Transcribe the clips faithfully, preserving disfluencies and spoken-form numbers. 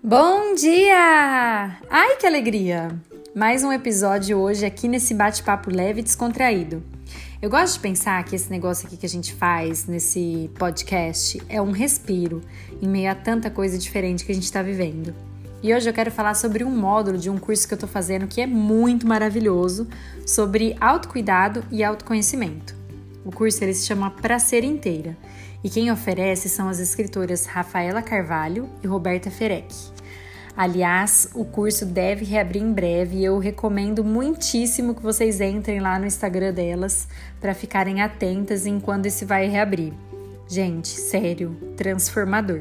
Bom dia! Ai, que alegria! Mais um episódio hoje aqui nesse bate-papo leve e descontraído. Eu gosto de pensar que esse negócio aqui que a gente faz nesse podcast é um respiro em meio a tanta coisa diferente que a gente está vivendo. E hoje eu quero falar sobre um módulo de um curso que eu tô fazendo que é muito maravilhoso, sobre autocuidado e autoconhecimento. O curso ele se chama Pra Ser Inteira e quem oferece são as escritoras Rafaela Carvalho e Roberta Ferec. Aliás, o curso deve reabrir em breve e eu recomendo muitíssimo que vocês entrem lá no Instagram delas para ficarem atentas em quando esse vai reabrir. Gente, sério, transformador.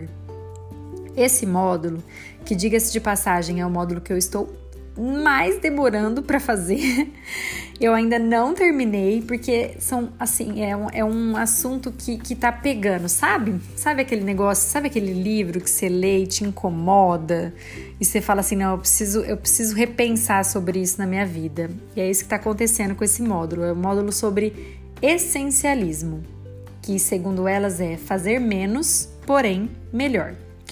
Esse módulo, que diga-se de passagem, é o módulo que eu estou mais demorando para fazer, eu ainda não terminei, porque são, assim, é um, é um assunto que, que tá pegando, sabe? Sabe aquele negócio, sabe aquele livro que você lê e te incomoda? E você fala assim, não, eu preciso, eu preciso repensar sobre isso na minha vida. E é isso que tá acontecendo com esse módulo, é um módulo sobre essencialismo, que segundo elas é fazer menos, porém melhor.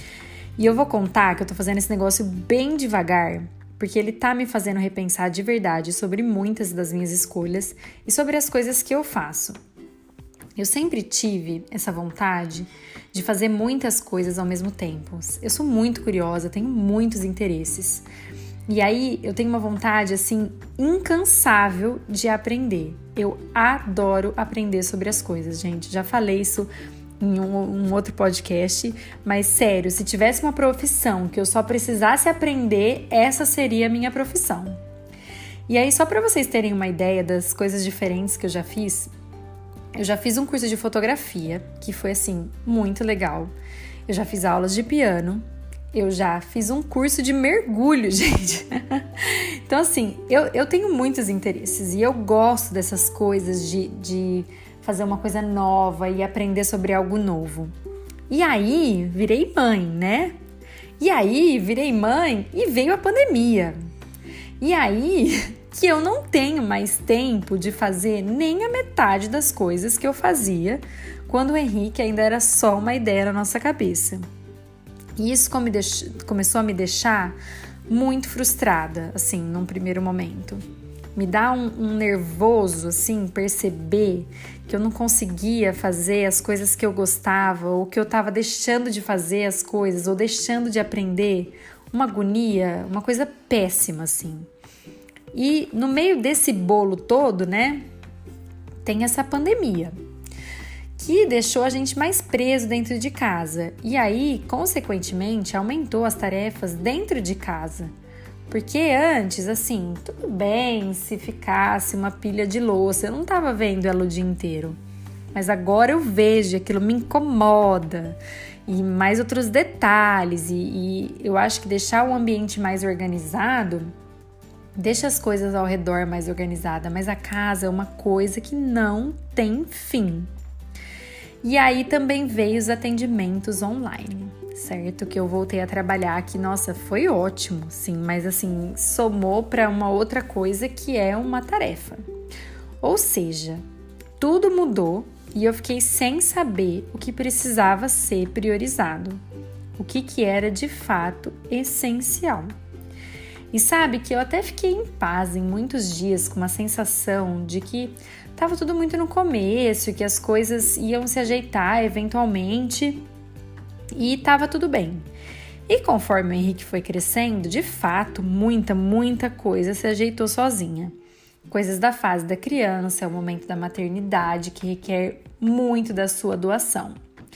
E eu vou contar que eu tô fazendo esse negócio bem devagar, porque ele tá me fazendo repensar de verdade sobre muitas das minhas escolhas e sobre as coisas que eu faço. Eu sempre tive essa vontade de fazer muitas coisas ao mesmo tempo. Eu sou muito curiosa, tenho muitos interesses. E aí eu tenho uma vontade, assim, incansável de aprender. Eu adoro aprender sobre as coisas, gente. Já falei isso em um, um outro podcast, mas sério, se tivesse uma profissão que eu só precisasse aprender, essa seria a minha profissão. E aí, só para vocês terem uma ideia das coisas diferentes que eu já fiz, eu já fiz um curso de fotografia, que foi assim, muito legal. Eu já fiz aulas de piano, eu já fiz um curso de mergulho, gente. Então assim, eu, eu tenho muitos interesses e eu gosto dessas coisas de... de fazer uma coisa nova e aprender sobre algo novo. E aí, virei mãe, né? E aí, virei mãe e veio a pandemia. E aí, que eu não tenho mais tempo de fazer nem a metade das coisas que eu fazia quando o Henrique ainda era só uma ideia na nossa cabeça. E isso começou a me deixar muito frustrada, assim, num primeiro momento. Me dá um, um nervoso, assim, perceber que eu não conseguia fazer as coisas que eu gostava, ou que eu estava deixando de fazer as coisas, ou deixando de aprender. Uma agonia, uma coisa péssima, assim. E no meio desse bolo todo, né, tem essa pandemia, que deixou a gente mais preso dentro de casa. E aí, consequentemente, aumentou as tarefas dentro de casa. Porque antes, assim, tudo bem se ficasse uma pilha de louça, eu não tava vendo ela o dia inteiro. Mas agora eu vejo, aquilo me incomoda. E mais outros detalhes. E, e eu acho que deixar o ambiente mais organizado deixa as coisas ao redor mais organizadas. Mas a casa é uma coisa que não tem fim. E aí também veio os atendimentos online, certo? Que eu voltei a trabalhar, que, nossa, foi ótimo, sim, mas assim, somou para uma outra coisa que é uma tarefa. Ou seja, tudo mudou e eu fiquei sem saber o que precisava ser priorizado, o que, que era de fato essencial. E sabe que eu até fiquei em paz em muitos dias com uma sensação de que estava tudo muito no começo e que as coisas iam se ajeitar eventualmente e estava tudo bem. E conforme o Henrique foi crescendo, de fato, muita, muita coisa se ajeitou sozinha. Coisas da fase da criança, é o momento da maternidade que requer muito da sua doação.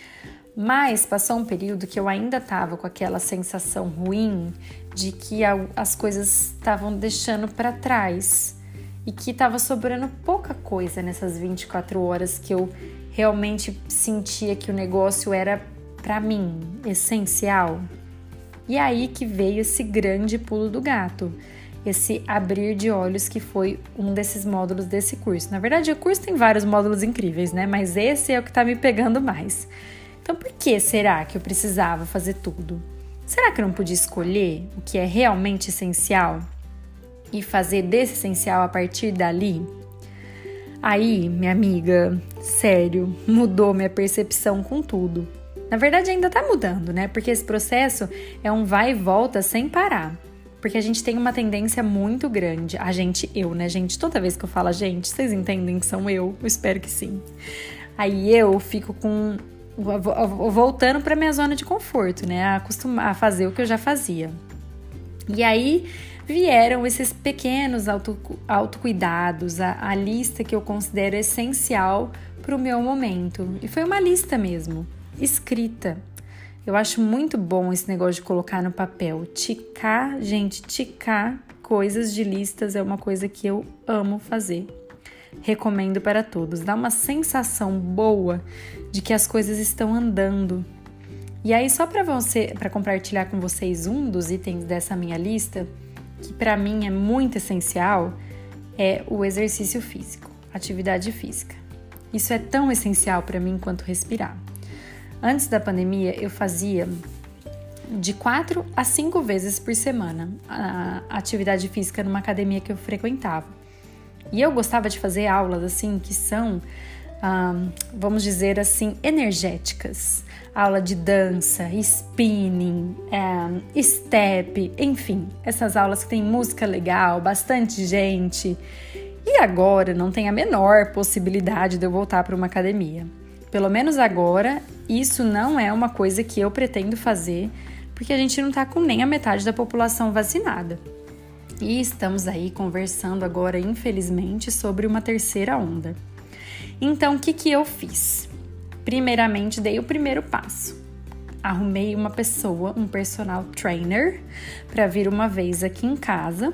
Mas passou um período que eu ainda estava com aquela sensação ruim de que as coisas estavam deixando para trás e que estava sobrando pouca coisa nessas vinte e quatro horas que eu realmente sentia que o negócio era, para mim, essencial. E aí que veio esse grande pulo do gato, esse abrir de olhos que foi um desses módulos desse curso. Na verdade, o curso tem vários módulos incríveis, né? Mas esse é o que está me pegando mais. Então, por que será que eu precisava fazer tudo? Será que eu não podia escolher o que é realmente essencial e fazer desse essencial a partir dali? Aí, minha amiga, sério, mudou minha percepção com tudo. Na verdade, ainda tá mudando, né? Porque esse processo é um vai e volta sem parar. Porque a gente tem uma tendência muito grande. A gente, eu, né, gente? Toda vez que eu falo a gente, vocês entendem que são eu? Eu espero que sim. Aí eu fico com... voltando pra minha zona de conforto, né? A acostumar a fazer o que eu já fazia. E aí vieram esses pequenos auto, autocuidados, a, a lista que eu considero essencial pro meu momento. E foi uma lista mesmo, escrita. Eu acho muito bom esse negócio de colocar no papel. Ticar, gente, ticar coisas de listas é uma coisa que eu amo fazer. Recomendo para todos. Dá uma sensação boa de que as coisas estão andando. E aí, só para você, para compartilhar com vocês um dos itens dessa minha lista, que para mim é muito essencial, é o exercício físico, atividade física. Isso é tão essencial para mim quanto respirar. Antes da pandemia, eu fazia de quatro a cinco vezes por semana a atividade física numa academia que eu frequentava. E eu gostava de fazer aulas assim que são, um, vamos dizer assim, energéticas. Aula de dança, spinning, um, step, enfim, essas aulas que tem música legal, bastante gente. E agora não tem a menor possibilidade de eu voltar para uma academia. Pelo menos agora, isso não é uma coisa que eu pretendo fazer, porque a gente não está com nem a metade da população vacinada. E estamos aí conversando agora, infelizmente, sobre uma terceira onda. Então, o que, que eu fiz? Primeiramente, dei o primeiro passo. Arrumei uma pessoa, um personal trainer, para vir uma vez aqui em casa,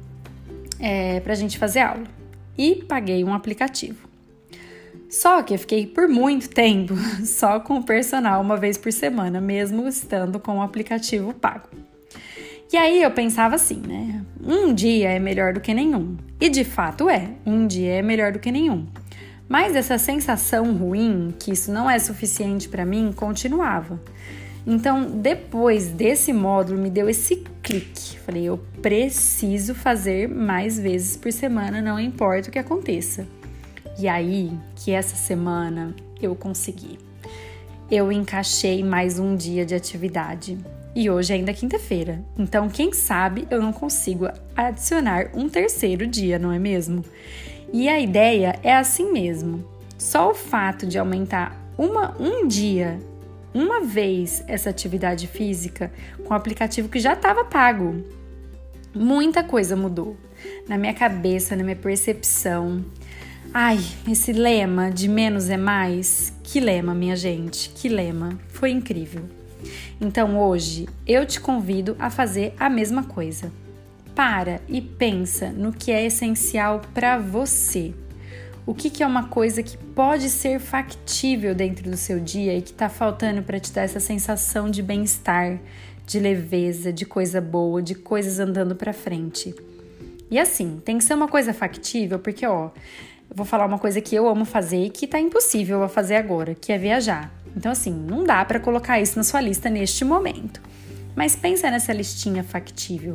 é, para a gente fazer aula. E paguei um aplicativo. Só que eu fiquei por muito tempo só com o personal uma vez por semana, mesmo estando com o aplicativo pago. E aí eu pensava assim, né? Um dia é melhor do que nenhum. E de fato é, um dia é melhor do que nenhum. Mas essa sensação ruim, que isso não é suficiente para mim, continuava. Então, depois desse módulo, me deu esse clique. Falei, eu preciso fazer mais vezes por semana, não importa o que aconteça. E aí, que essa semana eu consegui. Eu encaixei mais um dia de atividade. E hoje é ainda quinta-feira. Então, quem sabe eu não consigo adicionar um terceiro dia, não é mesmo? E a ideia é assim mesmo. Só o fato de aumentar uma, um dia, uma vez essa atividade física com o aplicativo que já estava pago, muita coisa mudou na minha cabeça, na minha percepção. Ai, esse lema de menos é mais, que lema, minha gente, que lema, foi incrível. Então hoje eu te convido a fazer a mesma coisa. Para e pensa no que é essencial para você. O que, que é uma coisa que pode ser factível dentro do seu dia e que está faltando para te dar essa sensação de bem-estar, de leveza, de coisa boa, de coisas andando para frente. E assim, tem que ser uma coisa factível, porque ó, eu vou falar uma coisa que eu amo fazer e que tá impossível a fazer agora, que é viajar. Então assim, não dá para colocar isso na sua lista neste momento. Mas pensa nessa listinha factível.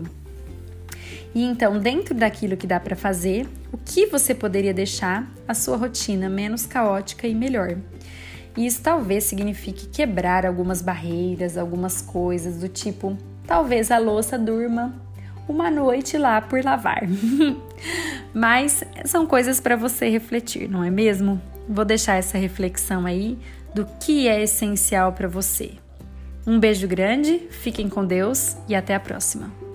E então, dentro daquilo que dá para fazer, o que você poderia deixar a sua rotina menos caótica e melhor? E isso talvez signifique quebrar algumas barreiras, algumas coisas do tipo, talvez a louça durma uma noite lá por lavar. Mas são coisas para você refletir, não é mesmo? Vou deixar essa reflexão aí do que é essencial para você. Um beijo grande, fiquem com Deus e até a próxima.